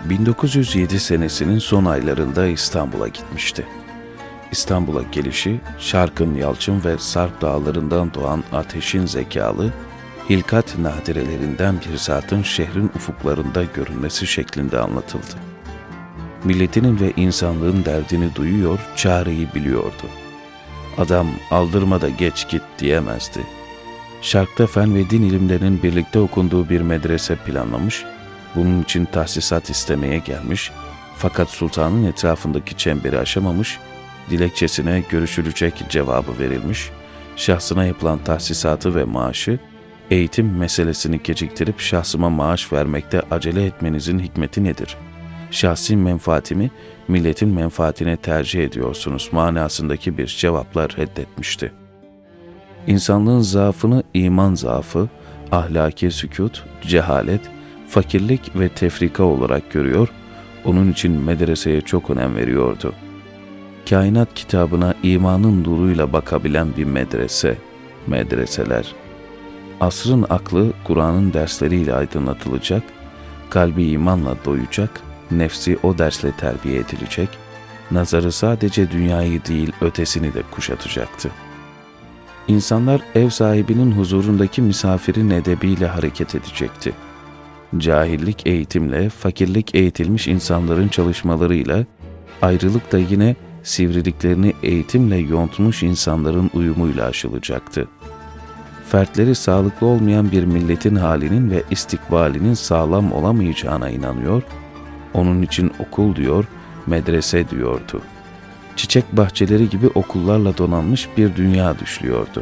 1907 senesinin son aylarında İstanbul'a gitmişti. İstanbul'a gelişi, Şark'ın Yalçın ve Sarp dağlarından doğan ateşin zekalı, hilkat nadirelerinden bir zatın şehrin ufuklarında görünmesi şeklinde anlatıldı. Milletinin ve insanlığın derdini duyuyor, çareyi biliyordu. Adam aldırma da geç git diyemezdi. Şark'ta fen ve din ilimlerinin birlikte okunduğu bir medrese planlamış, bunun için tahsisat istemeye gelmiş, fakat sultanın etrafındaki çemberi aşamamış, dilekçesine görüşülecek cevabı verilmiş, şahsına yapılan tahsisatı ve maaşı, eğitim meselesini geciktirip şahsıma maaş vermekte acele etmenizin hikmeti nedir? Şahsi menfaatimi, milletin menfaatine tercih ediyorsunuz manasındaki bir cevapla reddetmişti. İnsanlığın zaafını iman zaafı, ahlaki sükût, cehalet, fakirlik ve tefrika olarak görüyor, onun için medreseye çok önem veriyordu. Kainat kitabına imanın nuruyla bakabilen bir medreseler. Asrın aklı Kur'an'ın dersleriyle aydınlatılacak, kalbi imanla doyacak, nefsi o dersle terbiye edilecek, nazarı sadece dünyayı değil ötesini de kuşatacaktı. İnsanlar ev sahibinin huzurundaki misafirin edebiyle hareket edecekti. Cahillik eğitimle, fakirlik eğitilmiş insanların çalışmalarıyla, ayrılık da yine sivriliklerini eğitimle yontmuş insanların uyumuyla aşılacaktı. Fertleri sağlıklı olmayan bir milletin halinin ve istikbalinin sağlam olamayacağına inanıyor, onun için okul diyor, medrese diyordu. Çiçek bahçeleri gibi okullarla donanmış bir dünya düşlüyordu.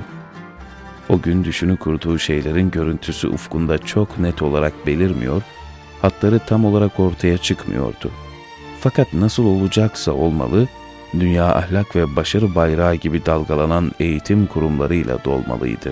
O gün düşünü kurduğu şeylerin görüntüsü ufkunda çok net olarak belirmiyor, hatları tam olarak ortaya çıkmıyordu. Fakat nasıl olacaksa olmalı, dünya ahlak ve başarı bayrağı gibi dalgalanan eğitim kurumlarıyla dolmalıydı.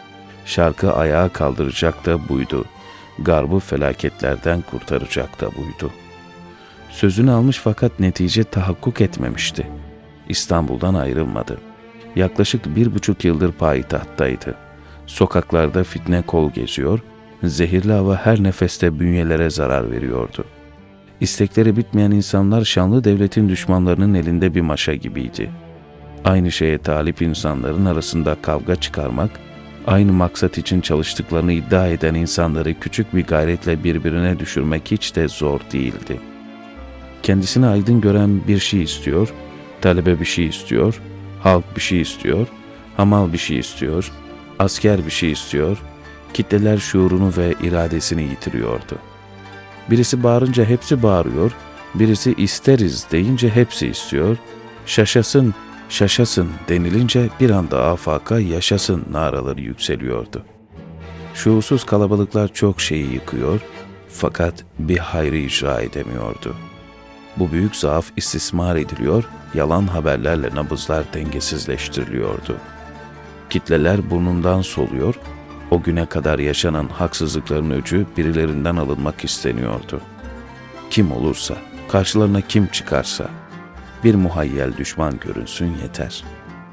Şarkı ayağa kaldıracak da buydu, Garbı felaketlerden kurtaracak da buydu. Sözünü almış fakat netice tahakkuk etmemişti. İstanbul'dan ayrılmadı. Yaklaşık 1,5 yıldır payitahttaydı. Sokaklarda fitne kol geziyor, zehirli hava her nefeste bünyelere zarar veriyordu. İstekleri bitmeyen insanlar şanlı devletin düşmanlarının elinde bir maşa gibiydi. Aynı şeye talip insanların arasında kavga çıkarmak, aynı maksat için çalıştıklarını iddia eden insanları küçük bir gayretle birbirine düşürmek hiç de zor değildi. Kendisini aydın gören bir şey istiyor, talebe bir şey istiyor, halk bir şey istiyor, hamal bir şey istiyor, asker bir şey istiyor, kitleler şuurunu ve iradesini yitiriyordu. Birisi bağırınca hepsi bağırıyor, birisi isteriz deyince hepsi istiyor, şaşasın, şaşasın denilince bir anda afaka yaşasın naraları yükseliyordu. Şuursuz kalabalıklar çok şeyi yıkıyor, fakat bir hayrı icra edemiyordu. Bu büyük zaaf istismar ediliyor, yalan haberlerle nabızlar dengesizleştiriliyordu. Kitleler burnundan soluyor, o güne kadar yaşanan haksızlıkların öcü birilerinden alınmak isteniyordu. Kim olursa, karşılarına kim çıkarsa, bir muhayyel düşman görünsün yeter.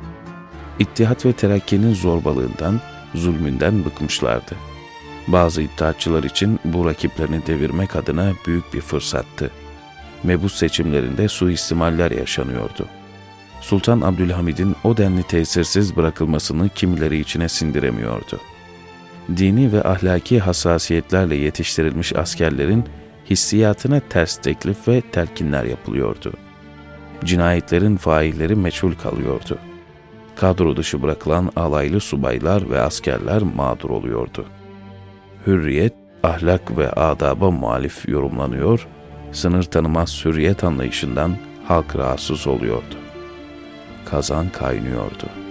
İttihat ve Terakki'nin zorbalığından, zulmünden bıkmışlardı. Bazı iddiatçılar için bu rakiplerini devirmek adına büyük bir fırsattı. Mebus seçimlerinde suistimaller yaşanıyordu. Sultan Abdülhamid'in o denli tesirsiz bırakılmasını kimileri içine sindiremiyordu. Dini ve ahlaki hassasiyetlerle yetiştirilmiş askerlerin hissiyatına ters teklif ve telkinler yapılıyordu. Cinayetlerin failleri meçhul kalıyordu. Kadro dışı bırakılan alaylı subaylar ve askerler mağdur oluyordu. Hürriyet, ahlak ve adaba muhalif yorumlanıyor, sınır tanımaz hürriyet anlayışından halk rahatsız oluyordu. Kazan kaynıyordu.